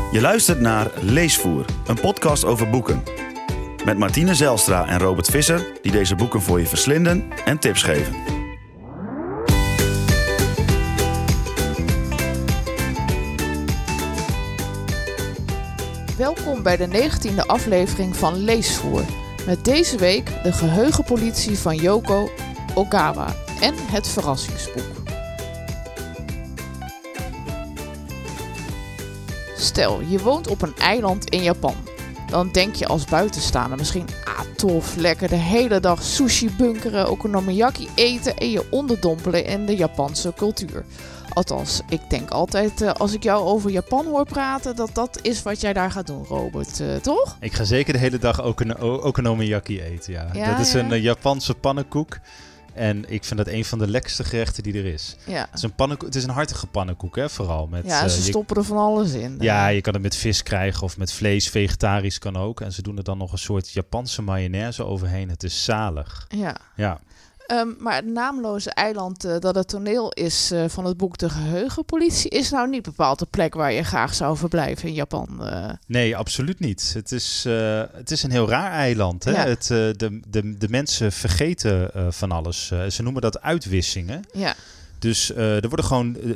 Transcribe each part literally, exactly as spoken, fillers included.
Je luistert naar Leesvoer, een podcast over boeken. Met Martine Zijlstra en Robert Visser, die deze boeken voor je verslinden en tips geven. Welkom bij de negentiende aflevering van Leesvoer. Met deze week de geheugenpolitie van Yoko Ogawa en het verrassingsboek. Stel, je woont op een eiland in Japan. Dan denk je als buitenstaander misschien, ah tof, lekker de hele dag sushi bunkeren, okonomiyaki eten en je onderdompelen in de Japanse cultuur. Althans, ik denk altijd, uh, als ik jou over Japan hoor praten, dat dat is wat jij daar gaat doen, Robert, uh, toch? Ik ga zeker de hele dag okono- okonomiyaki eten, ja. Ja, dat is ja. een uh, Japanse pannenkoek. En ik vind dat een van de lekkerste gerechten die er is. Ja, Het is een, pannenkoek, het is een hartige pannenkoek, hè, vooral. Met, ja uh, ze je- stoppen er van alles in. Ja, je kan het met vis krijgen of met vlees, vegetarisch kan ook. En ze doen er dan nog een soort Japanse mayonaise overheen. Het is zalig. Ja. Ja. Um, maar het naamloze eiland uh, dat het toneel is uh, van het boek De Geheugenpolitie is nou niet bepaald de plek waar je graag zou verblijven in Japan. Uh. Nee, absoluut niet. Het is, uh, het is een heel raar eiland. Hè? Ja. Het, uh, de, de, de mensen vergeten uh, van alles. Uh, ze noemen dat uitwissingen. Ja. Dus uh, er worden gewoon uh,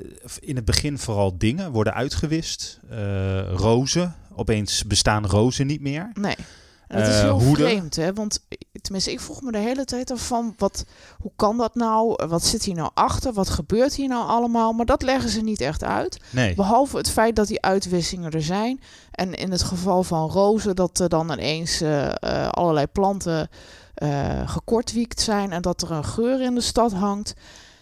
in het begin vooral dingen worden uitgewist. Uh, rozen. Opeens bestaan rozen niet meer. Nee. En dat is Uh, heel hoeden. vreemd, hè? Want tenminste, ik vroeg me de hele tijd af van, wat, hoe kan dat nou? Wat zit hier nou achter? Wat gebeurt hier nou allemaal? Maar dat leggen ze niet echt uit. Nee. Behalve het feit dat die uitwissingen er zijn. En in het geval van rozen, dat er dan ineens uh, uh, allerlei planten uh, gekortwiekt zijn. En dat er een geur in de stad hangt.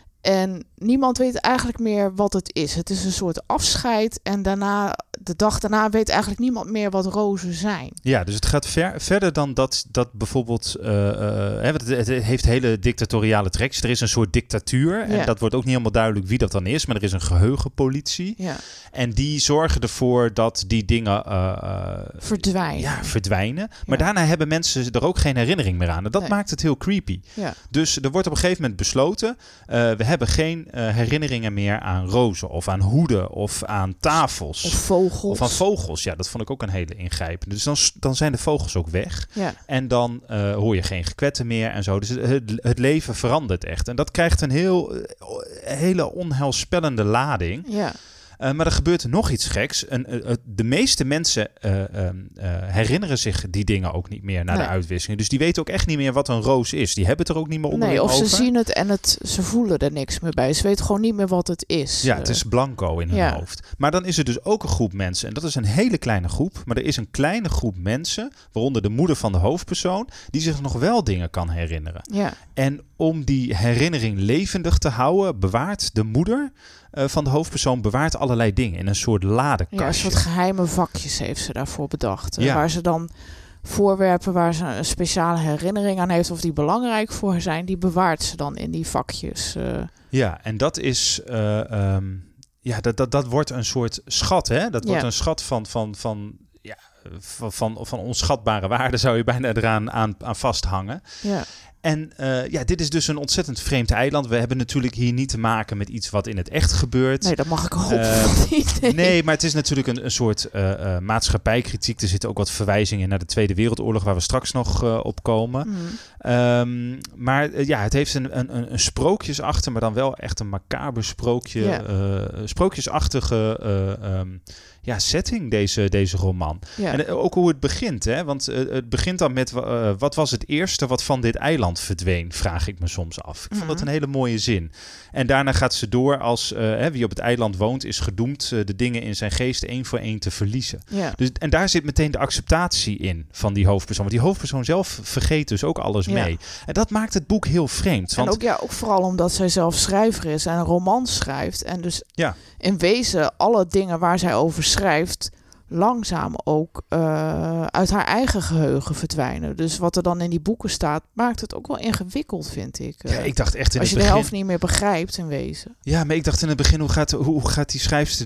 En niemand weet eigenlijk meer wat het is. Het is een soort afscheid. En daarna, de dag daarna weet eigenlijk niemand meer wat rozen zijn. Ja, dus het gaat ver, verder dan dat, dat bijvoorbeeld... Uh, uh, hè, want het, het heeft hele dictatoriale tracks. Er is een soort dictatuur. Ja. En dat wordt ook niet helemaal duidelijk wie dat dan is. Maar er is een geheugenpolitie. Ja. En die zorgen ervoor dat die dingen uh, uh, Verdwijnen. ja, verdwijnen. Maar Ja. daarna hebben mensen er ook geen herinnering meer aan. En dat Nee. maakt het heel creepy. Ja. Dus er wordt op een gegeven moment besloten... Uh, we hebben geen uh, herinneringen meer aan rozen of aan hoeden of aan tafels. Of vogels. Of aan vogels. Ja, dat vond ik ook een hele ingrijpende. Dus dan, dan zijn de vogels ook weg. Ja. En dan uh, hoor je geen gekwetten meer en zo. Dus het, het leven verandert echt. En dat krijgt een heel, uh, hele onheilspellende lading. Ja. Uh, maar er gebeurt nog iets geks. Een, uh, de meeste mensen uh, uh, uh, herinneren zich die dingen ook niet meer na Nee. de uitwisseling. Dus die weten ook echt niet meer wat een roos is. Die hebben het er ook niet meer onder Nee, of over. ze zien het en het, ze voelen er niks meer bij. Ze weten gewoon niet meer wat het is. Ja, het is blanco in hun Ja. hoofd. Maar dan is er dus ook een groep mensen. En dat is een hele kleine groep. Maar er is een kleine groep mensen, waaronder de moeder van de hoofdpersoon, die zich nog wel dingen kan herinneren. Ja. En om die herinnering levendig te houden, bewaart de moeder uh, van de hoofdpersoon bewaart allerlei dingen in een soort ladekastje. Ja, een soort geheime vakjes heeft ze daarvoor bedacht. Uh, Ja. Waar ze dan voorwerpen waar ze een speciale herinnering aan heeft of die belangrijk voor haar zijn, die bewaart ze dan in die vakjes. Uh. Ja, en dat is... Uh, um, ja, dat, dat, dat wordt een soort schat, hè? Dat wordt Ja. een schat van... van, van ja, van, van, van onschatbare waarde zou je bijna eraan aan, aan vasthangen. Ja. En uh, ja, dit is dus een ontzettend vreemd eiland. We hebben natuurlijk hier niet te maken met iets wat in het echt gebeurt. Nee, dat mag ik hopen Uh, van niet. Nee. Nee, maar het is natuurlijk een, een soort uh, uh, maatschappijkritiek. Er zitten ook wat verwijzingen naar de Tweede Wereldoorlog, waar we straks nog uh, op komen. Mm. Um, maar uh, ja, het heeft een, een, een sprookjes achter, maar dan wel echt een macaber sprookje, Ja. uh, sprookjesachtige uh, um, ja, setting, deze, deze roman. Ja. En uh, ook hoe het begint, hè? Want uh, het begint dan met uh, wat was het eerste wat van dit eiland verdween, vraag ik me soms af. Ik vond dat Mhm. een hele mooie zin. En daarna gaat ze door als uh, hè, wie op het eiland woont is gedoemd uh, de dingen in zijn geest één voor één te verliezen. Ja. Dus, en daar zit meteen de acceptatie in van die hoofdpersoon. Want die hoofdpersoon zelf vergeet dus ook alles Ja. mee. En dat maakt het boek heel vreemd. Want En ook, ja, ook vooral omdat zij zelf schrijver is en een roman schrijft. En dus Ja. in wezen alle dingen waar zij over schrijft langzaam ook uh, uit haar eigen geheugen verdwijnen. Dus wat er dan in die boeken staat, maakt het ook wel ingewikkeld, vind ik. Uh, ja, ik dacht echt in als het je begin... de helft niet meer begrijpt in wezen. Ja, maar ik dacht in het begin, hoe gaat, hoe gaat die schrijfster dit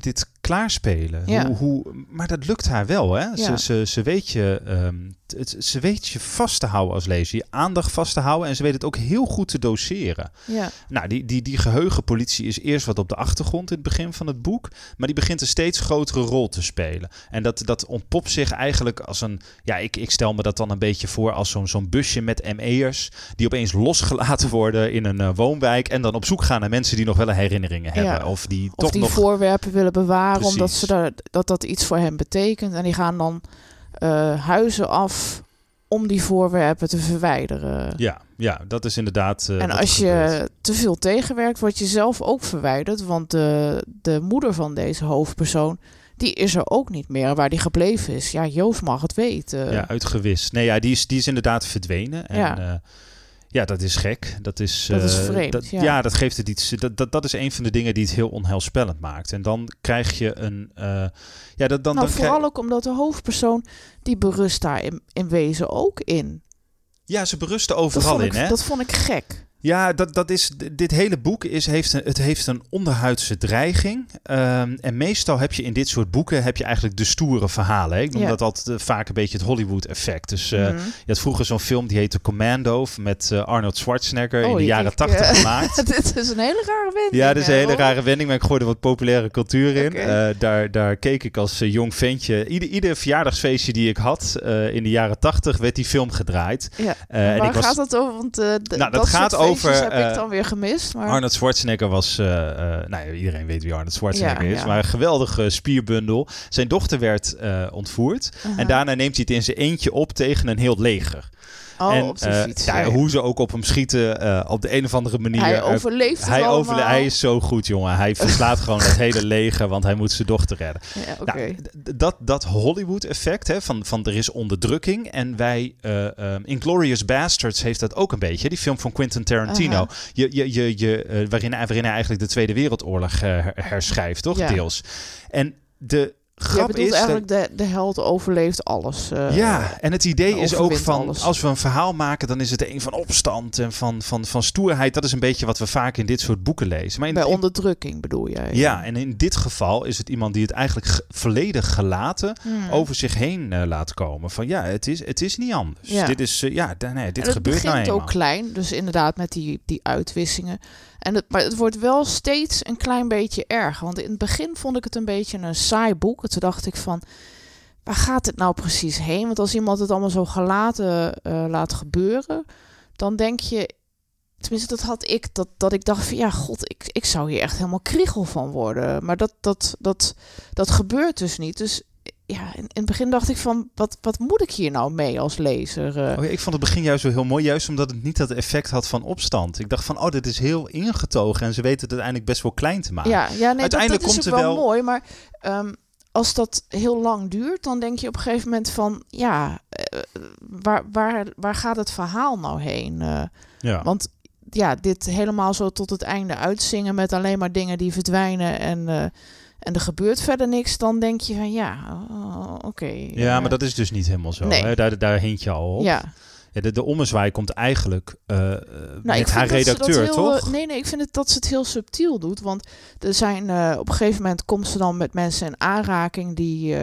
klaarspelen. Ja. Hoe, hoe, maar dat lukt haar wel, hè? Ja. Ze, ze, ze, weet je, um, het, ze weet je vast te houden als lezer. Je aandacht vast te houden. En ze weet het ook heel goed te doseren. Ja. Nou, die, die, die geheugenpolitie is eerst wat op de achtergrond in het begin van het boek. Maar die begint een steeds grotere rol te spelen. En dat, dat ontpopt zich eigenlijk als een... Ja, ik, ik stel me dat dan een beetje voor als zo'n, zo'n busje met M E'ers... die opeens losgelaten worden in een uh, woonwijk... en dan op zoek gaan naar mensen die nog wel herinneringen hebben. Ja. Of die, Of toch die nog... voorwerpen willen bewaren, Precies. omdat ze daar, dat dat iets voor hen betekent. En die gaan dan uh, huizen af om die voorwerpen te verwijderen. Ja, ja, dat is inderdaad uh, En wat als er je gebeurt. te veel tegenwerkt, word je zelf ook verwijderd. Want de, de moeder van deze hoofdpersoon, die is er ook niet meer. Waar die gebleven is, ja, Joost mag het weten. Ja, uitgewist. Nee, ja, die is, die is inderdaad verdwenen. En, Ja. uh, ja, dat is gek. Dat is, Dat is uh, vreemd, dat, ja. ja, dat geeft het iets. Dat, dat, dat is een van de dingen die het heel onheilspellend maakt. En dan krijg je een... Uh, ja, dat, dan, nou, dan vooral krijg... ook omdat de hoofdpersoon, die berust daar in, in wezen ook in. Ja, ze berusten Dat overal vond, in, ik, hè? dat vond ik gek. Ja, dat, dat is, dit hele boek is, heeft, een, het heeft een onderhuidse dreiging. Um, en meestal heb je in dit soort boeken heb je eigenlijk de stoere verhalen. Hè? Ik noem Ja. dat altijd uh, vaak een beetje het Hollywood-effect. Dus uh, Mhm. je had vroeger zo'n film die heette Commando met uh, Arnold Schwarzenegger Oh, in de ik- jaren ik, tachtig uh, gemaakt. Dit is een hele rare wending. Ja, dat is een hè, hele hoor. rare wending, maar ik gooi er wat populaire cultuur in. Oké. Uh, daar, daar keek ik als uh, jong ventje. Ieder, ieder verjaardagsfeestje die ik had uh, in de jaren tachtig werd die film gedraaid. Ja. Uh, en Waar ik was... gaat het over? Want uh, d- Nou, dat dat gaat soort feestjes over, heb uh, ik dan weer gemist. Maar... Arnold Schwarzenegger was, uh, uh, nou ja, iedereen weet wie Arnold Schwarzenegger Ja, is, ja. maar een geweldige spierbundel. Zijn dochter werd uh, ontvoerd Uh-huh. en daarna neemt hij het in zijn eentje op tegen een heel leger. Oh, en op de uh, fiets. ja, ja. hoe ze ook op hem schieten, uh, op de een of andere manier. Hij uh, overleeft het hij, allemaal. overle- hij is zo goed, jongen. Hij verslaat gewoon het hele leger, want hij moet zijn dochter redden. Ja, oké. Nou, d- dat, dat Hollywood-effect, hè, van, van er is onderdrukking. En wij, uh, um, Inglourious Basterds heeft dat ook een beetje. Die film van Quentin Tarantino. Aha. Je, je, je, je, uh, waarin, waarin hij eigenlijk de Tweede Wereldoorlog uh, her- herschrijft, toch? Ja. Deels. En de Je grap bedoelt is... eigenlijk dat, de, de held overleeft alles. uh, ja, en het idee is ook overwint van, alles. als we een verhaal maken, dan is het een van opstand en van, van, van stoerheid. Dat is een beetje wat we vaak in dit soort boeken lezen. Maar in, Bij in- onderdrukking bedoel jij? ja, en in dit geval is het iemand die het eigenlijk ge- volledig gelaten Hmm. over zich heen uh, laat komen. Van ja, het is, het is niet anders. Ja. Dit is, uh, ja, d- nee, dit En het gebeurt begint nou eenmaal. ook klein, dus inderdaad met die, die uitwissingen. En het, maar het wordt wel steeds een klein beetje erger. Want in het begin vond ik het een beetje een saai boek. En toen dacht ik van, waar gaat het nou precies heen? Want als iemand het allemaal zo gelaten uh, laat gebeuren, dan denk je... Tenminste, dat had ik, dat, dat ik dacht van, ja, god, ik, ik zou hier echt helemaal kriegel van worden. Maar dat, dat, dat, dat gebeurt dus niet. Dus ja, in, in het begin dacht ik van, wat, wat moet ik hier nou mee als lezer? Uh, Oh ja, ik vond het begin juist zo heel mooi, juist omdat het niet dat effect had van opstand. Ik dacht van, oh, dit is heel ingetogen en ze weten het uiteindelijk best wel klein te maken. Ja, ja nee, Uiteindelijk dat, dat is komt ook er wel, wel- mooi. Maar um, als dat heel lang duurt, dan denk je op een gegeven moment van... Ja, uh, waar, waar, waar gaat het verhaal nou heen? Uh, Ja. want ja, dit helemaal zo tot het einde uitzingen met alleen maar dingen die verdwijnen... en, uh, en er gebeurt verder niks, dan denk je van ja, uh, oké. Okay, ja, uh, maar dat is dus niet helemaal zo. nee. Hè? Daar, daar hint je al op. Ja. Ja, de, de ommezwaai komt eigenlijk uh, Nou, met ik haar vind dat ze dat redacteur, heel, toch? Nee, nee, ik vind het dat ze het heel subtiel doet. Want er zijn uh, op een gegeven moment komt ze dan met mensen in aanraking die uh,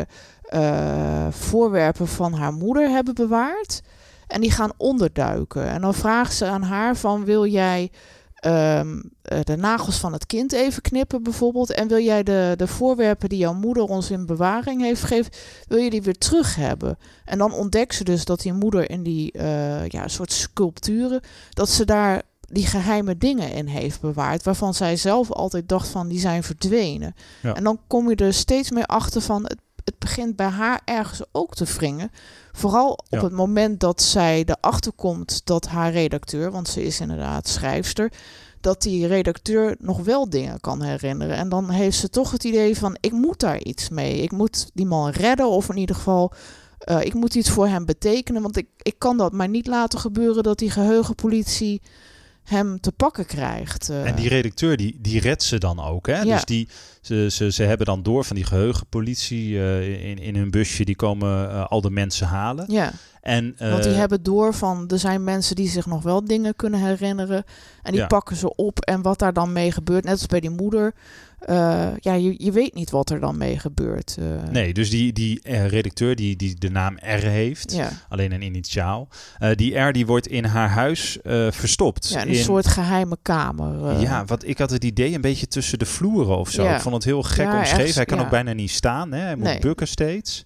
uh, voorwerpen van haar moeder hebben bewaard. En die gaan onderduiken. En dan vraagt ze aan haar van, wil jij um, uh, de nagels van het kind even knippen bijvoorbeeld? En wil jij de, de voorwerpen die jouw moeder ons in bewaring heeft gegeven, wil je die weer terug hebben? En dan ontdekt ze dus dat die moeder in die uh, ja, soort sculpturen, dat ze daar die geheime dingen in heeft bewaard, waarvan zij zelf altijd dacht van, die zijn verdwenen. Ja. En dan kom je er steeds meer achter van, het, het begint bij haar ergens ook te wringen. Vooral op Ja. het moment dat zij erachter komt dat haar redacteur, want ze is inderdaad schrijfster, dat die redacteur nog wel dingen kan herinneren. En dan heeft ze toch het idee van, ik moet daar iets mee. Ik moet die man redden, of in ieder geval, uh, ik moet iets voor hem betekenen. Want ik, ik kan dat maar niet laten gebeuren dat die geheugenpolitie hem te pakken krijgt. Uh. En die redacteur, die, die redt ze dan ook. Hè? Ja. Dus die, ze, ze, ze hebben dan door van die geheugenpolitie uh, in, in hun busje, die komen uh, al de mensen halen. Ja, En, uh, want die hebben door van, er zijn mensen die zich nog wel dingen kunnen herinneren. En die Ja. pakken ze op. En wat daar dan mee gebeurt, net als bij die moeder, Uh, ja, je, je weet niet wat er dan mee gebeurt. Uh. Nee, dus die, die uh, redacteur die, die de naam R heeft, ja. alleen een initiaal. Uh, die R die wordt in haar huis uh, verstopt. Ja, in een in... soort geheime kamer. Uh. Ja, wat ik had het idee een beetje tussen de vloeren of zo. Ja. Ik vond het heel gek ja, omschreven. Echt, hij kan ja. ook bijna niet staan. Hè? Hij moet nee. bukken steeds.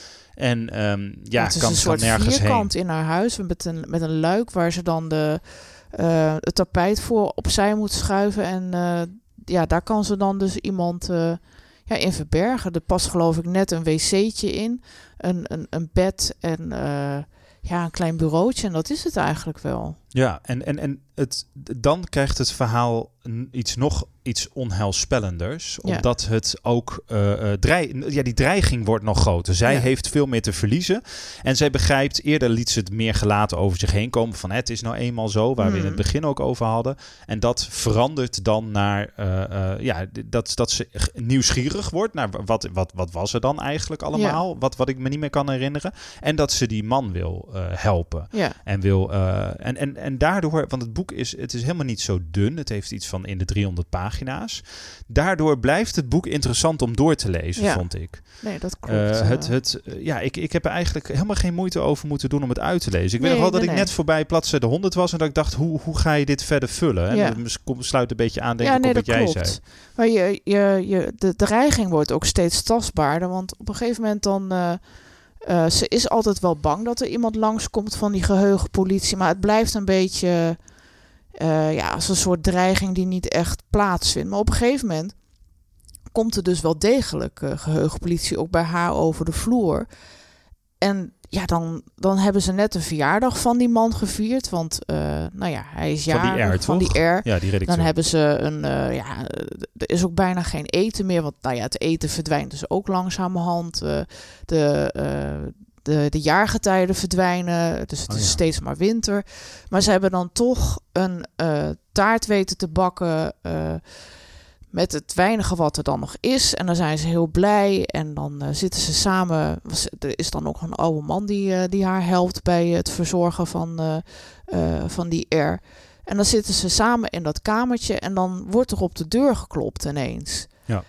En um, ja, het is kan, een soort kan nergens vierkant heen. in haar huis met een, met een luik waar ze dan de, uh, het tapijt voor opzij moet schuiven. En uh, ja, daar kan ze dan dus iemand uh, ja, in verbergen. Er past geloof ik net een wc'tje in, een, een, een bed en uh, ja, een klein bureautje. En dat is het eigenlijk wel. Ja, en, en, en het, dan krijgt het verhaal iets nog iets onheilspellenders. Ja. Omdat het ook... Uh, uh, dreig, ja, die dreiging wordt nog groter. Zij ja. heeft veel meer te verliezen. En zij begrijpt... Eerder liet ze het meer gelaten over zich heen komen. Van het is nou eenmaal zo. Waar mm. we in het begin ook over hadden. En dat verandert dan naar... Uh, uh, ja, dat, dat ze nieuwsgierig wordt. Naar wat, wat, wat was er dan eigenlijk allemaal? Ja. Wat, wat ik me niet meer kan herinneren. En dat ze die man wil uh, helpen. Ja. En wil... Uh, en, en, en daardoor... Want het boek is... Het is helemaal niet zo dun. Het heeft iets van in de driehonderd pagina's. Daardoor blijft het boek interessant om door te lezen, ja. vond ik. Nee, dat klopt. Uh, het, het, uh, ja, ik, ik heb er eigenlijk helemaal geen moeite over moeten doen om het uit te lezen. Ik nee, weet nog wel dat nee, ik net voorbij bladzijde honderd was en dat ik dacht, hoe, hoe ga je dit verder vullen? Ja. En dat sluit een beetje aan, denk ja, ik, nee, op wat jij klopt. zei. Maar je, je, je, de dreiging wordt ook steeds tastbaarder, want op een gegeven moment dan... Uh, Uh, ze is altijd wel bang dat er iemand langskomt van die geheugenpolitie. Maar het blijft een beetje uh, ja, als een soort dreiging die niet echt plaatsvindt. Maar op een gegeven moment komt er dus wel degelijk uh, geheugenpolitie ook bij haar over de vloer. En ja, dan, dan hebben ze net een verjaardag van die man gevierd. Want uh, nou ja, hij is jarig. Van die R, van die R. Ja, die redacteur. Dan hebben ze een... Uh, ja, er is ook bijna geen eten meer. Want nou ja, het eten verdwijnt dus ook langzamerhand. Uh, de... Uh, De, de jaargetijden verdwijnen, dus het oh, is ja. steeds maar winter. Maar ze hebben dan toch een uh, taart weten te bakken uh, met het weinige wat er dan nog is. En dan zijn ze heel blij en dan uh, zitten ze samen. Er is dan ook een oude man die, uh, die haar helpt bij het verzorgen van, uh, uh, van die R. En dan zitten ze samen in dat kamertje en dan wordt er op de deur geklopt ineens. Ja.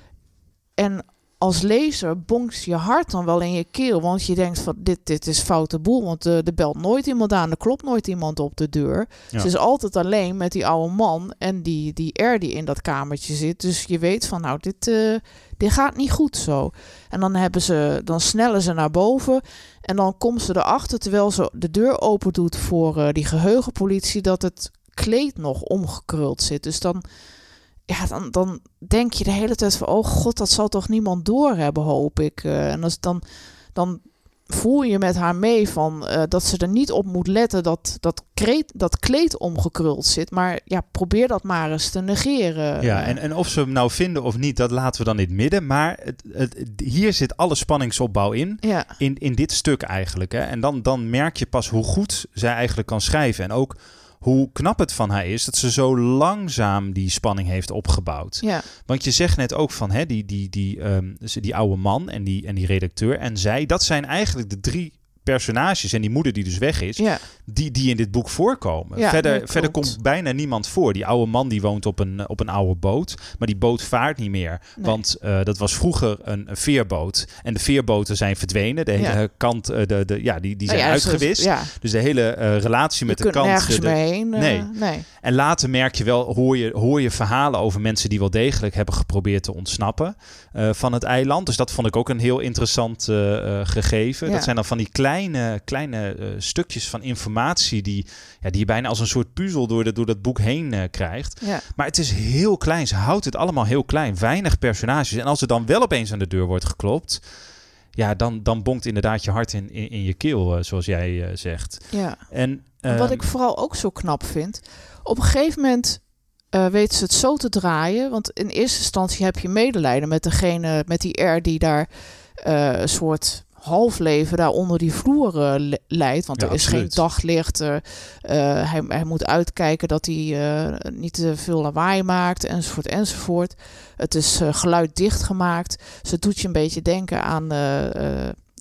En als lezer bonkt je hart dan wel in je keel. Want je denkt van dit, dit is foute boel. Want uh, er belt nooit iemand aan. Er klopt nooit iemand op de deur. Ja. Ze is altijd alleen met die oude man. En die, die R die in dat kamertje zit. Dus je weet van nou dit, uh, dit gaat niet goed zo. En dan, hebben ze, dan snellen ze naar boven. En dan komt ze erachter terwijl ze de deur open doet voor uh, die geheugenpolitie. Dat het kleed nog omgekruld zit. Dus dan... Ja, dan, dan denk je de hele tijd van... oh god, dat zal toch niemand doorhebben, hoop ik. Uh, en als dan, dan voel je met haar mee van... Uh, dat ze er niet op moet letten dat dat, kreet, dat kleed omgekruld zit. Maar ja, probeer dat maar eens te negeren. Ja, en, en of ze hem nou vinden of niet, dat laten we dan in het midden. Maar het, het, hier zit alle spanningsopbouw in. Ja. In, in dit stuk eigenlijk. Hè. En dan, dan merk je pas hoe goed zij eigenlijk kan schrijven. En ook... hoe knap het van haar is dat ze zo langzaam die spanning heeft opgebouwd. Ja. Want je zegt net ook van hè, die, die, die, um, die oude man en die, en die redacteur en zij, dat zijn eigenlijk de drie personages en die moeder die dus weg is, ja. die, die in dit boek voorkomen. Ja, verder, nee, verder komt bijna niemand voor. Die oude man die woont op een, op een oude boot, maar die boot vaart niet meer. Nee. Want uh, dat was vroeger een, een veerboot. En de veerboten zijn verdwenen. De hele ja. kant, uh, de, de, ja, die, die zijn ja, ja, uitgewist. Dus, ja. dus de hele uh, relatie met je de kant... Je nergens de, meer heen. Uh, nee. nee. En later merk je wel, hoor je, hoor je verhalen over mensen die wel degelijk hebben geprobeerd te ontsnappen uh, van het eiland. Dus dat vond ik ook een heel interessant uh, uh, gegeven. Ja. Dat zijn dan van die kleine, kleine Uh, stukjes van informatie die, ja, die je bijna als een soort puzzel door, de, door dat boek heen uh, krijgt. Ja. Maar het is heel klein. Ze houdt het allemaal heel klein. Weinig personages. En als er dan wel opeens aan de deur wordt geklopt, ja, dan, dan bonkt inderdaad je hart in, in, in je keel, uh, zoals jij uh, zegt. Ja. En, uh, wat ik vooral ook zo knap vind, op een gegeven moment uh, weten ze het zo te draaien, want in eerste instantie heb je medelijden met degene, met die R die daar uh, een soort halfleven daar onder die vloer uh, leidt. Want ja, er is absoluut. geen daglicht. Uh, uh, hij, hij moet uitkijken dat hij uh, niet te veel lawaai maakt, enzovoort, enzovoort. Het is uh, geluiddicht gemaakt. Ze doet je een beetje denken aan uh, uh,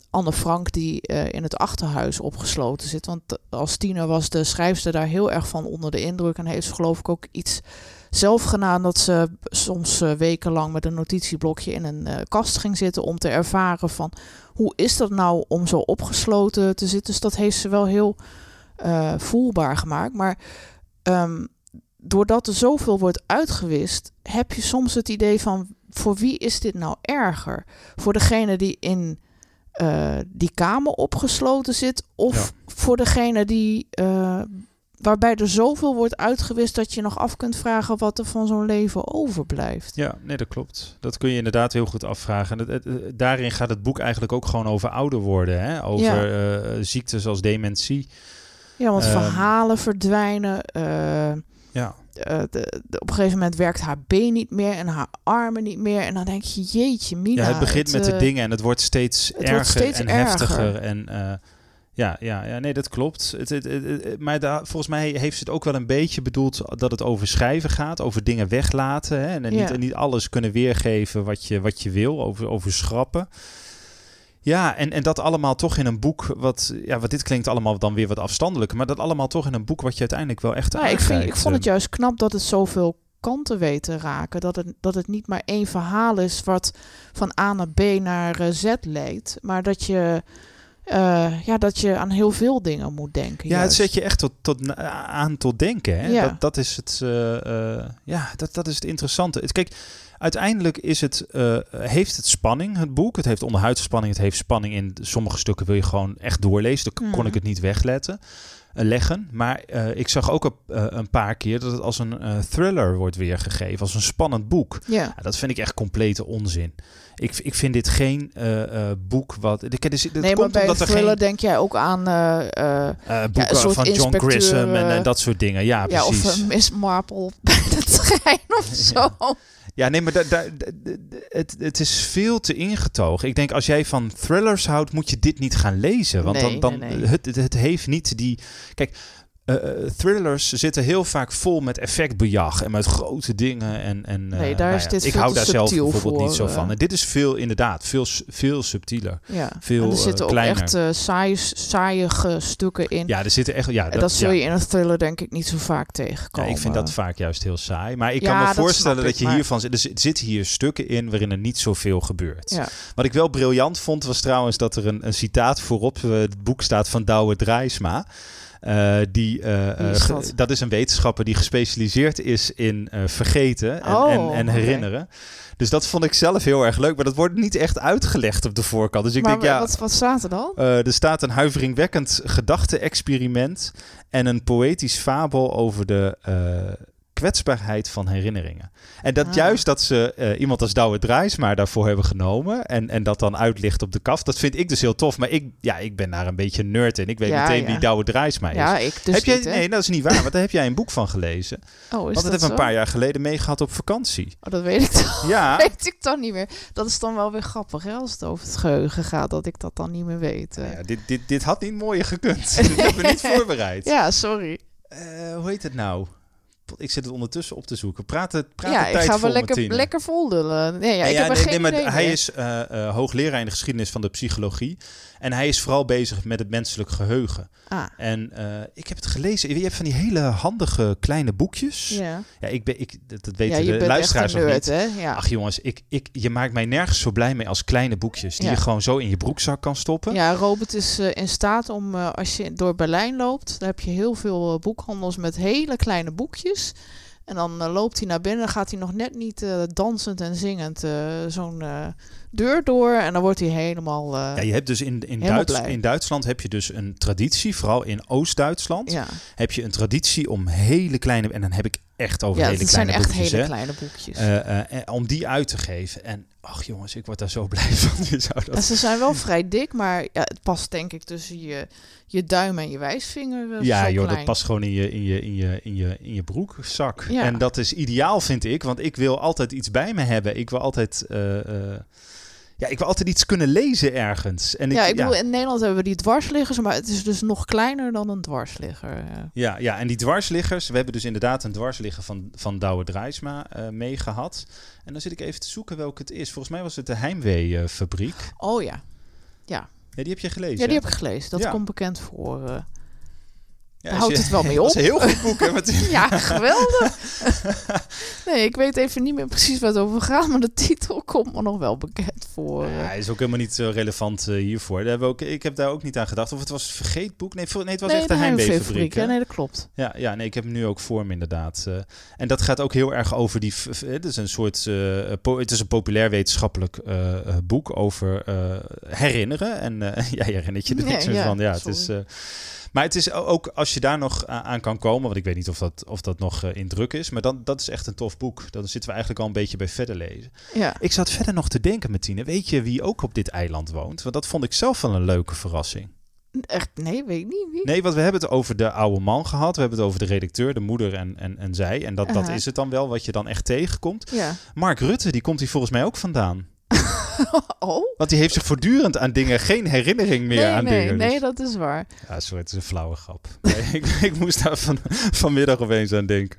Anne Frank die uh, in het achterhuis opgesloten zit. Want als tiener was de schrijfster daar heel erg van onder de indruk. En heeft ze geloof ik ook iets zelf gedaan dat ze soms uh, wekenlang met een notitieblokje in een uh, kast ging zitten om te ervaren van hoe is dat nou om zo opgesloten te zitten. Dus dat heeft ze wel heel uh, voelbaar gemaakt. Maar um, doordat er zoveel wordt uitgewist, heb je soms het idee van voor wie is dit nou erger? Voor degene die in uh, die kamer opgesloten zit of ja. voor degene die uh, waarbij er zoveel wordt uitgewist dat je nog af kunt vragen wat er van zo'n leven overblijft. Ja, nee, dat klopt. Dat kun je inderdaad heel goed afvragen. Het, het, het, daarin gaat het boek eigenlijk ook gewoon over ouder worden. Hè? Over ja. uh, ziektes als dementie. Ja, want uh, verhalen verdwijnen. Uh, ja. Uh, de, de, op een gegeven moment werkt haar been niet meer en haar armen niet meer. En dan denk je, jeetje mina. Ja, het begint het, met de uh, dingen en het wordt steeds het erger wordt steeds en erger. heftiger. En uh, ja, ja, ja, nee, dat klopt. Het, het, het, het, maar da, volgens mij heeft ze het ook wel een beetje bedoeld dat het over schrijven gaat, over dingen weglaten. Hè? En, en, ja. niet, en niet alles kunnen weergeven wat je, wat je wil, over, over schrappen. Ja, en, en dat allemaal toch in een boek, wat, ja, wat dit klinkt allemaal dan weer wat afstandelijker, maar dat allemaal toch in een boek wat je uiteindelijk wel echt ja, ik, vind, ik vond het juist knap dat het zoveel kanten weet te raken. Dat het, dat het niet maar één verhaal is wat van A naar B naar uh, Z leidt, maar dat je, uh, ja, dat je aan heel veel dingen moet denken. Ja, juist. het zet je echt tot, tot, aan tot denken. Hè? Ja. Dat, dat is het, uh, uh, ja, dat, dat is het interessante. Het, kijk, uiteindelijk is het, uh, heeft het spanning, het boek. Het heeft onderhuidse spanning, het heeft spanning in sommige stukken wil je gewoon echt doorlezen. Dan mm. kon ik het niet wegletten, uh, leggen. Maar uh, ik zag ook op, uh, een paar keer dat het als een uh, thriller wordt weergegeven, als een spannend boek. Ja. Ja, dat vind ik echt complete onzin. Ik, ik vind dit geen uh, uh, boek wat... Ik, dus, nee, komt maar bij er thriller geen, denk jij ook aan uh, uh, uh, boeken ja, van John Grisham en, en dat soort dingen. Ja, ja, precies. of uh, Miss Marple bij de trein of zo. Ja. Ja, nee, maar da, da, da, het, het is veel te ingetogen. Ik denk, als jij van thrillers houdt, moet je dit niet gaan lezen. Want nee, dan, dan nee, nee. Het, het, het heeft niet die... Kijk, uh, thrillers zitten heel vaak vol met effectbejag en met grote dingen. En, en, nee, uh, daar nou is ja, dit ik veel hou te daar zelf subtiel bijvoorbeeld voor, niet zo van. Uh, en dit is veel, inderdaad, veel, veel subtieler. Ja. Veel en er zitten ook kleiner. echt uh, saaie, saaiige stukken in. Ja, er zitten echt... Ja, dat, dat, dat zul ja. je in een thriller denk ik niet zo vaak tegenkomen. Ja, ik vind dat vaak juist heel saai. Maar ik ja, kan me dat voorstellen dat ik, je maar... hiervan... Er zitten hier stukken in waarin er niet zoveel gebeurt. Ja. Wat ik wel briljant vond, was trouwens dat er een, een citaat voorop uh, het boek staat van Douwe Drijsma. Uh, die, uh, is dat? Ge, dat is een wetenschapper die gespecialiseerd is in uh, vergeten en, oh, en, en herinneren. Okay. Dus dat vond ik zelf heel erg leuk. Maar dat wordt niet echt uitgelegd op de voorkant. Dus ik maar denk, ja, wat, wat staat er dan? Uh, er staat een huiveringwekkend gedachte-experiment en een poëtisch fabel over de uh, kwetsbaarheid van herinneringen. En dat ah. juist dat ze uh, iemand als Douwe Drijsma daarvoor hebben genomen en, en dat dan uitlicht op de kaft, dat vind ik dus heel tof. Maar ik, ja, ik ben daar een beetje nerd in. Ik weet ja, meteen ja. wie Douwe Drijsma is. Ja, ik dus heb jij, niet, nee, dat is niet waar, want daar heb jij een boek van gelezen. Oh, is want dat hebben we zo? een paar jaar geleden meegehad op vakantie. Oh, dat weet ik dan. Ja. weet ik dan niet meer. Dat is dan wel weer grappig, hè, als het over het geheugen gaat, dat ik dat dan niet meer weet. Uh. Ja, dit, dit, dit had niet mooier gekund. Dit hebben we niet voorbereid. Ja, sorry. Uh, hoe heet het nou? Ik zit het ondertussen op te zoeken. Praat het, praat ja, de tijd ik ga vol, wel lekker, Martine. lekker voldullen. Nee, ja, ik ja, heb er nee, geen nee, maar idee hij meer. is uh, uh, hoogleraar in de geschiedenis van de psychologie. En hij is vooral bezig met het menselijk geheugen. Ah. En uh, ik heb het gelezen. Je hebt van die hele handige kleine boekjes. Ja, ja ik ben, ik, dat, dat weten ja, de luisteraars nog niet. Hè? Ja. Ach jongens, ik, ik, je maakt mij nergens zo blij mee als kleine boekjes. Die ja. je gewoon zo in je broekzak kan stoppen. Ja, Robert is uh, in staat om, uh, als je door Berlijn loopt, dan heb je heel veel uh, boekhandels met hele kleine boekjes. En dan uh, loopt hij naar binnen, dan gaat hij nog net niet uh, dansend en zingend uh, zo'n uh, deur door. En dan wordt hij helemaal uh, Ja, je hebt dus in, in, Duits, in Duitsland heb je dus een traditie, vooral in Oost-Duitsland, ja. heb je een traditie om hele kleine, en dan heb ik echt over ja, hele kleine boekjes. Ja, het zijn echt hè? hele kleine boekjes. Uh, uh, om die uit te geven. En ach jongens, ik word daar zo blij van. Je zou dat... ja, ze zijn wel vrij dik, maar ja, het past denk ik tussen je, je duim en je wijsvinger. Uh, ja zo joh, klein. dat past gewoon in je, in je, in je, in je, in je broekzak. Ja. En dat is ideaal, vind ik. Want ik wil altijd iets bij me hebben. Ik wil altijd... Uh, uh, Ja, ik wil altijd iets kunnen lezen ergens. En ik, ja, ik ja. bedoel, in Nederland hebben we die dwarsliggers, maar het is dus nog kleiner dan een dwarsligger. Ja, ja, ja en die dwarsliggers, we hebben dus inderdaad een dwarsligger van, van Douwe Drijsma uh, meegehad. En dan zit ik even te zoeken welke het is. Volgens mij was het de Heimwee-fabriek. Oh ja, ja. Ja, die heb je gelezen. Ja, die hè? heb ik gelezen. Dat Ja. komt bekend voor. Uh, Ja, houdt je, het wel mee op. Dat is een heel goed boek, hè? Met... Ja, geweldig. Nee, ik weet even niet meer precies waar het over gaat, maar de titel komt me nog wel bekend voor. Ja, hij is ook helemaal niet zo relevant uh, hiervoor. Daar hebben we ook, ik heb daar ook niet aan gedacht. Of het was een vergeetboek? Nee, nee het was nee, echt de Heimweefabriek. Ja, nee, dat klopt. Ja, ja, nee, ik heb hem nu ook voor me inderdaad. Uh, en dat gaat ook heel erg over die... Het is een soort... Uh, po- het is een populair wetenschappelijk uh, uh, boek over uh, herinneren. En uh, ja, je herinnert je er niks nee, meer ja, van. Ja, sorry. het is... Uh, Maar het is ook, als je daar nog aan kan komen, want ik weet niet of dat, of dat nog uh, in druk is, maar dan, dat is echt een tof boek. Dan zitten we eigenlijk al een beetje bij verder lezen. Ja. Ik zat verder nog te denken, Martine, weet je wie ook op dit eiland woont? Want dat vond ik zelf wel een leuke verrassing. Echt? Nee, weet ik niet wie. Nee, want we hebben het over de oude man gehad. We hebben het over de redacteur, de moeder en, en, en zij. En dat, uh-huh. dat is het dan wel, wat je dan echt tegenkomt. Ja. Mark Rutte, die komt hier volgens mij ook vandaan. Oh? Want die heeft zich voortdurend aan dingen, geen herinnering meer nee, aan nee, dingen. Nee, dus... dat is waar. Ja, sorry, het is een flauwe grap. Nee, ik, ik moest daar van, vanmiddag opeens aan denken.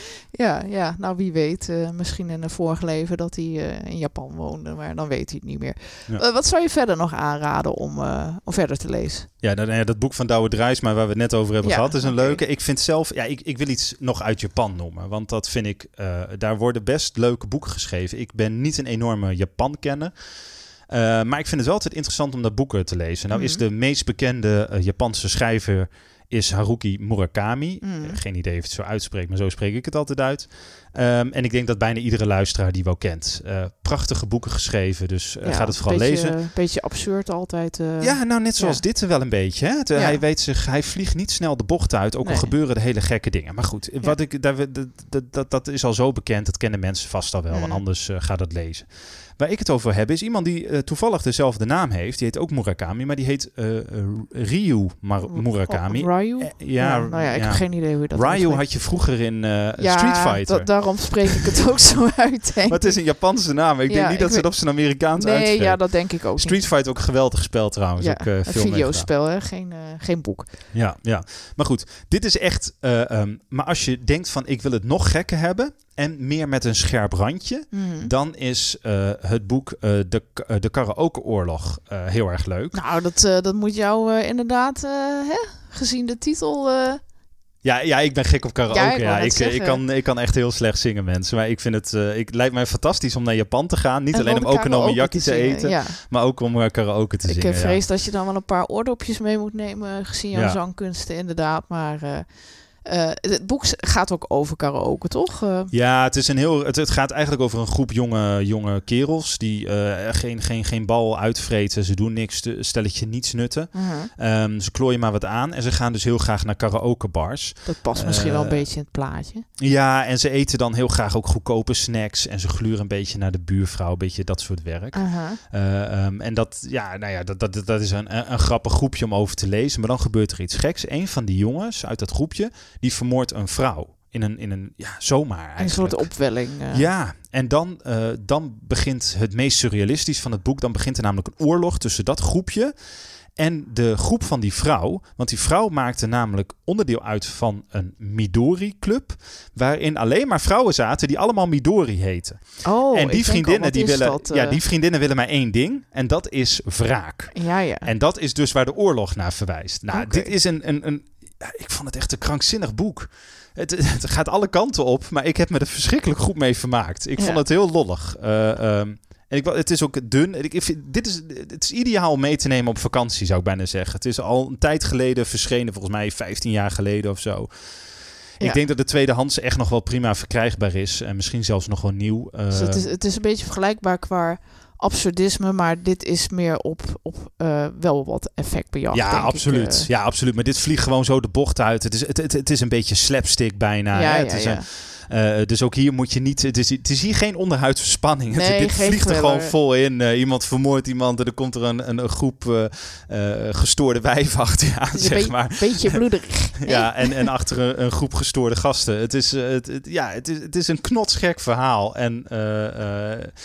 Ja, ja, nou wie weet. Uh, misschien in een vorig leven dat hij uh, in Japan woonde, maar dan weet hij het niet meer. Ja. Uh, wat zou je verder nog aanraden om, uh, om verder te lezen? Ja, dat, ja, dat boek van Douwe Drijsma waar we het net over hebben ja, gehad is een okay. leuke. Ik vind zelf, ja, ik, ik wil iets nog uit Japan noemen, want dat vind ik, uh, daar worden best leuke boeken geschreven. Ik ben niet een enorme Japan-kenner. Uh, maar ik vind het wel altijd interessant om dat boeken te lezen. Nou mm-hmm. is de meest bekende uh, Japanse schrijver is Haruki Murakami. Mm. Uh, geen idee of het zo uitspreekt, maar zo spreek ik het altijd uit. Um, en ik denk dat bijna iedere luisteraar die wel kent. Uh, prachtige boeken geschreven, dus uh, ja, gaat het vooral beetje, lezen. Een beetje absurd altijd. Uh, ja, nou net zoals ja. dit er wel een beetje. Hè? Het, ja. Hij weet zich, hij vliegt niet snel de bocht uit, ook nee. al gebeuren er hele gekke dingen. Maar goed, ja. wat ik, dat, dat, dat, dat, dat is al zo bekend, dat kennen mensen vast al wel. Mm. En anders uh, gaat het lezen. Waar ik het over heb, is iemand die uh, toevallig dezelfde naam heeft. Die heet ook Murakami, maar die heet uh, uh, Ryu Mar- Murakami. Oh, Ryu? Uh, ja, ja, nou ja, ik ja. heb geen idee hoe je dat Ryu had je vroeger in uh, ja, Street Fighter. Da- daarom spreek ik het ook zo uit. Maar het is een Japanse naam. Ik ja, denk niet dat ze het op zijn Amerikaans nee, uitspreken. Nee, ja, dat denk ik ook Street niet. Fighter ook een geweldig spel trouwens. Ja, ook, uh, een veel videospel, hè? Geen, uh, geen boek. Ja, ja, maar goed. Dit is echt... Uh, um, maar als je denkt van ik wil het nog gekker hebben... en meer met een scherp randje... Mm. dan is uh, het boek uh, De, uh, de Karaoke-oorlog uh, heel erg leuk. Nou, dat, uh, dat moet jou uh, inderdaad... Uh, hè? Gezien de titel... Uh... Ja, ja, ik ben gek op karaoke. Ja, ik, ja. ik, ik, kan, ik kan echt heel slecht zingen, mensen. Maar ik vind het... Uh, ik, het lijkt mij fantastisch om naar Japan te gaan. Niet en alleen om okonomiyaki te, te eten... Ja. maar ook om uh, karaoke te ik zingen. Ik vrees ja. dat je dan wel een paar oordopjes mee moet nemen... gezien jouw ja. zangkunsten inderdaad. Maar... Uh, Uh, het boek gaat ook over karaoke, toch? Uh... Ja, het, is een heel, het, het gaat eigenlijk over een groep jonge, jonge kerels... die uh, geen, geen, geen bal uitvreten. Ze doen niks, te, stelletje niets nutten. Uh-huh. Um, ze klooien maar wat aan. En ze gaan dus heel graag naar karaokebars. Dat past misschien uh, wel een beetje in het plaatje. Ja, en ze eten dan heel graag ook goedkope snacks. En ze gluren een beetje naar de buurvrouw. Een beetje dat soort werk. Uh-huh. Uh, um, en dat, ja, nou ja, dat, dat, dat is een, een, een grappig groepje om over te lezen. Maar dan gebeurt er iets geks. Een van die jongens uit dat groepje... die vermoordt een vrouw. In een, in een ja, zomaar eigenlijk. Een soort opwelling. Uh. Ja, en dan, uh, dan begint het meest surrealistisch van het boek. Dan begint er namelijk een oorlog tussen dat groepje en de groep van die vrouw. Want die vrouw maakte namelijk onderdeel uit van een Midori-club. Waarin alleen maar vrouwen zaten die allemaal Midori heten. Oh, en die vriendinnen, al, die willen, dat, uh... ja, die vriendinnen willen maar één ding. En dat is wraak. Ja, ja. En dat is dus waar de oorlog naar verwijst. Nou, okay. Dit is een... een, een Ja, ik vond het echt een krankzinnig boek. Het, het gaat alle kanten op, maar ik heb me er verschrikkelijk goed mee vermaakt. Ik ja. vond het heel lollig. Uh, um, en ik, het is ook dun. Ik, ik, dit is, het is ideaal om mee te nemen op vakantie, zou ik bijna zeggen. Het is al een tijd geleden verschenen, volgens mij vijftien jaar geleden of zo. Ja. Ik denk dat de tweedehands echt nog wel prima verkrijgbaar is. En misschien zelfs nog wel nieuw. Uh, dus het, is, het is een beetje vergelijkbaar qua... absurdisme, maar dit is meer op, op uh, wel wat effectbejacht. Ja, absoluut. Ik, uh... Ja, absoluut. Maar dit vliegt gewoon zo de bocht uit. Het is, het, het, het is een beetje slapstick bijna. Ja, hè? ja, het is ja. Een, uh, dus ook hier moet je niet... Het is, het is hier geen onderhuidse spanning. Nee, het, dit vliegt thriller. er gewoon vol in. Uh, iemand vermoordt iemand en er komt er een, een, een groep uh, uh, gestoorde wijven achteraan, zeg beetje, maar. Een beetje bloederig. Ja, en, en achter een, een groep gestoorde gasten. Het is, uh, het, het, ja, het is, het is een knotsgek verhaal. En... Uh, uh,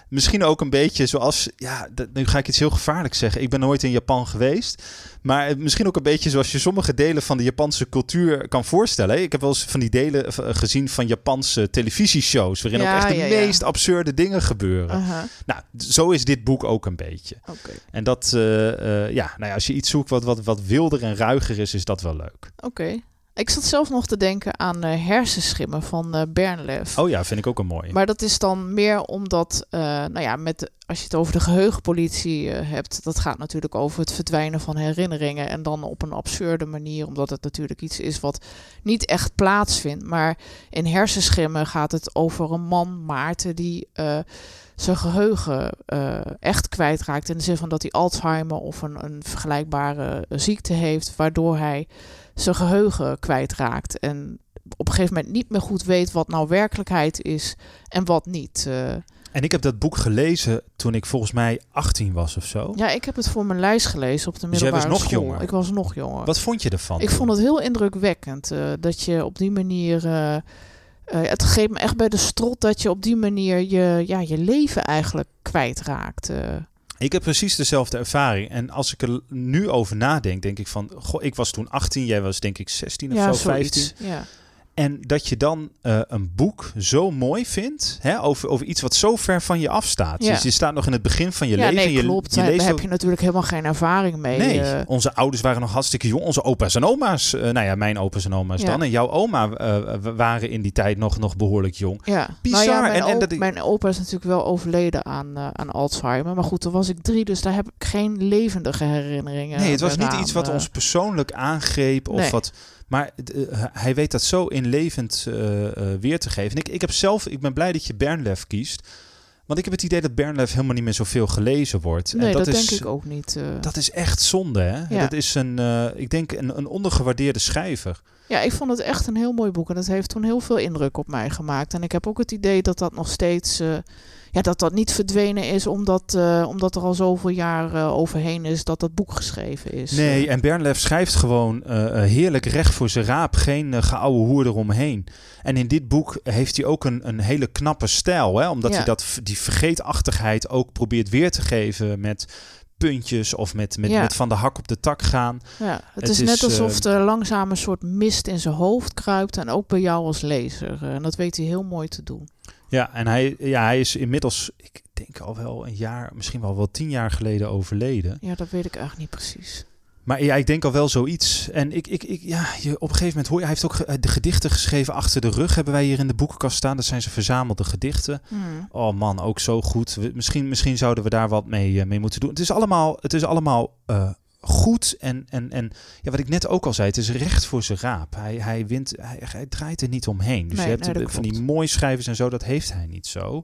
misschien ook een beetje zoals... Ja, dat, nu ga ik iets heel gevaarlijks zeggen. Ik ben nooit in Japan geweest. Maar misschien ook een beetje zoals je sommige delen van de Japanse cultuur kan voorstellen. Ik heb wel eens van die delen gezien van Japanse televisieshows... waarin ja, ook echt de ja, meest ja. absurde dingen gebeuren. Uh-huh. Nou, zo is dit boek ook een beetje. Okay. En dat, uh, uh, ja, nou ja, als je iets zoekt wat, wat, wat wilder en ruiger is, is dat wel leuk. Oké. Okay. Ik zat zelf nog te denken aan uh, Hersenschimmen van uh, Bernlef. Oh ja, vind ik ook een mooie. Maar dat is dan meer omdat, uh, nou ja, met de, als je het over de geheugenpolitie uh, hebt... dat gaat natuurlijk over het verdwijnen van herinneringen... en dan op een absurde manier, omdat het natuurlijk iets is wat niet echt plaatsvindt. Maar in Hersenschimmen gaat het over een man, Maarten, die... Uh, zijn geheugen uh, echt kwijtraakt... in de zin van dat hij Alzheimer of een, een vergelijkbare uh, ziekte heeft... waardoor hij zijn geheugen kwijtraakt... en op een gegeven moment niet meer goed weet... wat nou werkelijkheid is en wat niet. Uh, En ik heb dat boek gelezen toen ik volgens mij achttien was of zo. Ja, ik heb het voor mijn lijst gelezen op de middelbare school. Dus jij was nog jonger? Ik was nog jonger. Wat vond je ervan? Ik vond het heel indrukwekkend uh, dat je op die manier... Uh, Uh, het geeft me echt bij de strot dat je op die manier je, ja, je leven eigenlijk kwijtraakt. Uh. Ik heb precies dezelfde ervaring. En als ik er nu over nadenk, denk ik van... Goh, ik was toen achttien, jij was denk ik zestien of ja, zo, vijftien. Ja. En dat je dan uh, een boek zo mooi vindt, hè, over, over iets wat zo ver van je afstaat. Ja. Dus je staat nog in het begin van je ja, leven. Nee, je, klopt. je Daar leest heb ook... je natuurlijk helemaal geen ervaring mee. Nee, uh... onze ouders waren nog hartstikke jong. Onze opa's en oma's, uh, nou ja, mijn opa's en oma's ja. dan. En jouw oma uh, waren in die tijd nog, nog behoorlijk jong. Ja. Bizar. Nou ja, mijn, en, en op, dat... mijn opa is natuurlijk wel overleden aan, uh, aan Alzheimer. Maar goed, toen was ik drie, dus daar heb ik geen levendige herinneringen. Nee, het was niet aan, iets wat uh... ons persoonlijk aangreep of nee. wat... Maar uh, hij weet dat zo inlevend uh, uh, weer te geven. En ik, ik heb zelf, ik ben blij dat je Bernlef kiest. Want ik heb het idee dat Bernlef helemaal niet meer zoveel gelezen wordt. Nee, en dat, dat is, denk ik ook niet. Uh... Dat is echt zonde, hè? Ja. Dat is een, uh, ik denk, een, een ondergewaardeerde schrijver. Ja, ik vond het echt een heel mooi boek. En dat heeft toen heel veel indruk op mij gemaakt. En ik heb ook het idee dat dat nog steeds... Uh, ja, dat dat niet verdwenen is omdat, uh, omdat er al zoveel jaar uh, overheen is dat dat boek geschreven is. Nee, en Bernlef schrijft gewoon uh, heerlijk recht voor zijn raap. Geen uh, geouwe hoer eromheen. En in dit boek heeft hij ook een, een hele knappe stijl. Hè? Omdat ja. hij dat, die vergeetachtigheid ook probeert weer te geven met... puntjes of met, met, ja. met van de hak op de tak gaan. Ja, het, het is, is net alsof uh, er langzaam een soort mist in zijn hoofd kruipt en ook bij jou als lezer. En dat weet hij heel mooi te doen. Ja, en hij, ja, hij is inmiddels, ik denk al wel een jaar, misschien wel wel tien jaar geleden overleden. Ja, dat weet ik eigenlijk niet precies. Maar ja, ik denk al wel zoiets. En ik, ik, ik, ja, je, op een gegeven moment hoor je, hij heeft ook ge, de gedichten geschreven achter de rug, hebben wij hier in de boekenkast staan. Dat zijn zijn verzamelde gedichten. Hmm. Oh man, ook zo goed. We, misschien, misschien zouden we daar wat mee, uh, mee moeten doen. Het is allemaal, het is allemaal uh, goed en, en, en ja, wat ik net ook al zei, het is recht voor zijn raap. Hij, hij, wint, hij, hij draait er niet omheen. Dus nee, je hebt nee, de, van die mooi schrijvers en zo, dat heeft hij niet zo.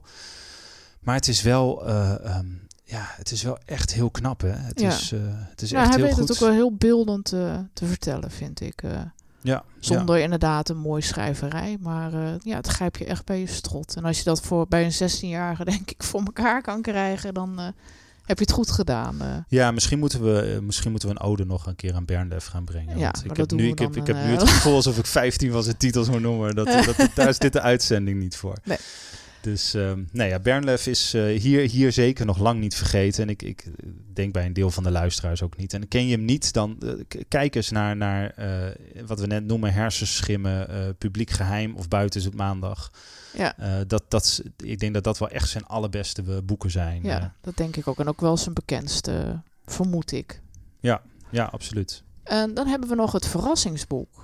Maar het is wel... Uh, um, Ja, het is wel echt heel knap, hè? Het ja. is, uh, het is ja, echt hij heel weet goed. het ook wel heel beeldend uh, te vertellen, vind ik. Uh, ja, zonder ja. inderdaad een mooie schrijverij. Maar uh, ja, het grijp je echt bij je strot. En als je dat voor bij een zestienjarige, denk ik, voor elkaar kan krijgen, dan uh, heb je het goed gedaan. Uh. Ja, misschien moeten, we, uh, misschien moeten we een ode nog een keer aan Bernlef gaan brengen. Ja, want ik dat heb doen nu, we ik heb, dan, ik heb uh, nu het gevoel alsof ik vijftien was en titels moet noemen. Dat, dat, dat, daar is dit de uitzending niet voor. Nee. Dus um, nee, ja, Bernlef is uh, hier, hier zeker nog lang niet vergeten. En ik, ik denk bij een deel van de luisteraars ook niet. En ken je hem niet, dan uh, k- kijk eens naar, naar uh, wat we net noemen hersenschimmen, uh, publiek geheim of buiten is het maandag. Ja. Uh, dat, dat, ik denk dat dat wel echt zijn allerbeste uh, boeken zijn. Ja, uh. dat denk ik ook. En ook wel zijn bekendste, vermoed ik. Ja, ja, absoluut. En dan hebben we nog het verrassingsboek.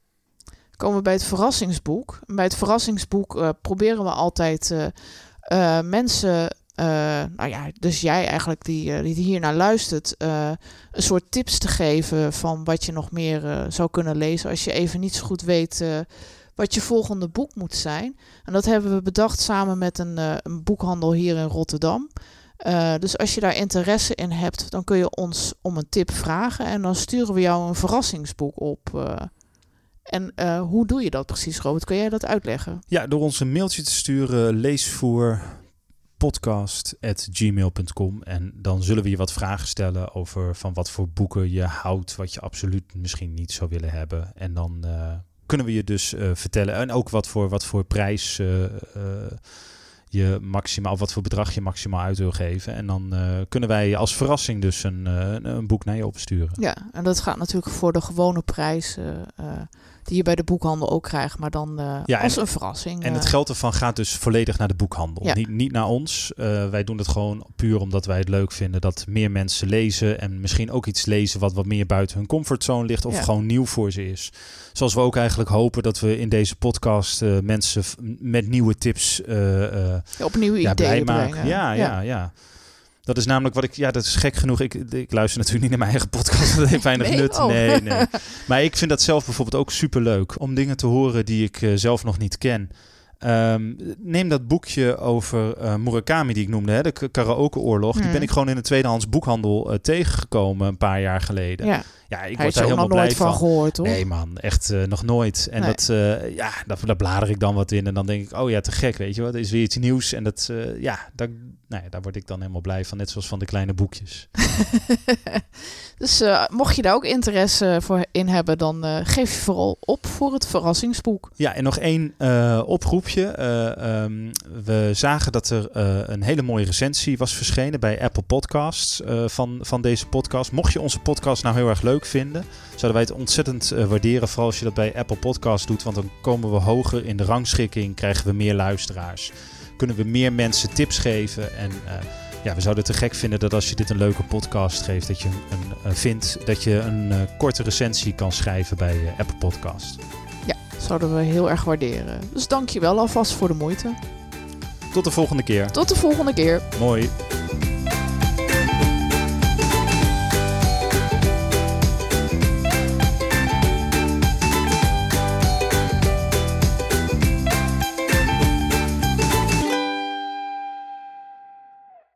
Komen we bij het verrassingsboek. Bij het verrassingsboek uh, proberen we altijd uh, uh, mensen, uh, nou ja, dus jij eigenlijk die, uh, die hier naar luistert, uh, een soort tips te geven van wat je nog meer uh, zou kunnen lezen als je even niet zo goed weet uh, wat je volgende boek moet zijn. En dat hebben we bedacht samen met een, uh, een boekhandel hier in Rotterdam. Uh, dus als je daar interesse in hebt, dan kun je ons om een tip vragen en dan sturen we jou een verrassingsboek op. Uh, En uh, hoe doe je dat precies, Robert? Kun jij dat uitleggen? Ja, door ons een mailtje te sturen, leesvoer podcast at gmail dot com. En dan zullen we je wat vragen stellen over van wat voor boeken je houdt, wat je absoluut misschien niet zou willen hebben. En dan uh, kunnen we je dus uh, vertellen. En ook wat voor, wat voor prijs uh, uh, je maximaal, wat voor bedrag je maximaal uit wil geven. En dan uh, kunnen wij als verrassing dus een, uh, een boek naar je opsturen. Ja, en dat gaat natuurlijk voor de gewone prijs uh, uh, die je bij de boekhandel ook krijgt, maar dan uh, ja, als en, een verrassing. En uh. het geld ervan gaat dus volledig naar de boekhandel. Ja. Niet, niet naar ons. Uh, wij doen het gewoon puur omdat wij het leuk vinden dat meer mensen lezen en misschien ook iets lezen wat wat meer buiten hun comfortzone ligt of ja. gewoon nieuw voor ze is. Zoals we ook eigenlijk hopen dat we in deze podcast uh, mensen f- met nieuwe tips uh, uh, ja, opnieuw ja, ideeën blij maken. brengen. Ja, ja, ja, ja. Dat is namelijk wat ik... Ja, dat is gek genoeg. Ik, ik luister natuurlijk niet naar mijn eigen podcast. Dat heeft weinig nee? nut. Oh. Nee, nee. Maar ik vind dat zelf bijvoorbeeld ook superleuk. Om dingen te horen die ik uh, zelf nog niet ken. Um, neem dat boekje over uh, Murakami die ik noemde. Hè, de karaoke-oorlog. Hmm. Die ben ik gewoon in een tweedehands boekhandel uh, tegengekomen een paar jaar geleden. Ja. Ja, ik Hij word daar helemaal nog blij nooit van. van gehoord, hoor. Nee man, echt uh, nog nooit. En nee. dat, uh, ja, daar, daar blader ik dan wat in. En dan denk ik, oh ja, te gek, weet je wat? Er is weer iets nieuws. En dat, uh, ja, daar, nou ja, daar word ik dan helemaal blij van. Net zoals van de kleine boekjes. Dus uh, mocht je daar ook interesse voor in hebben, dan uh, geef je vooral op voor het verrassingsboek. Ja, en nog één uh, oproepje. Uh, um, we zagen dat er uh, een hele mooie recensie was verschenen bij Apple Podcasts uh, van, van deze podcast. Mocht je onze podcast nou heel erg leuk vinden, zouden wij het ontzettend uh, waarderen. Vooral als je dat bij Apple Podcasts doet, want dan komen we hoger in de rangschikking, krijgen we meer luisteraars. Kunnen we meer mensen tips geven en... Uh, Ja, we zouden het te gek vinden dat als je dit een leuke podcast geeft, dat je een, een, vindt dat je een uh, korte recensie kan schrijven bij uh, Apple Podcast. Ja, zouden we heel erg waarderen. Dus dank je wel alvast voor de moeite. Tot de volgende keer. Tot de volgende keer. Mooi.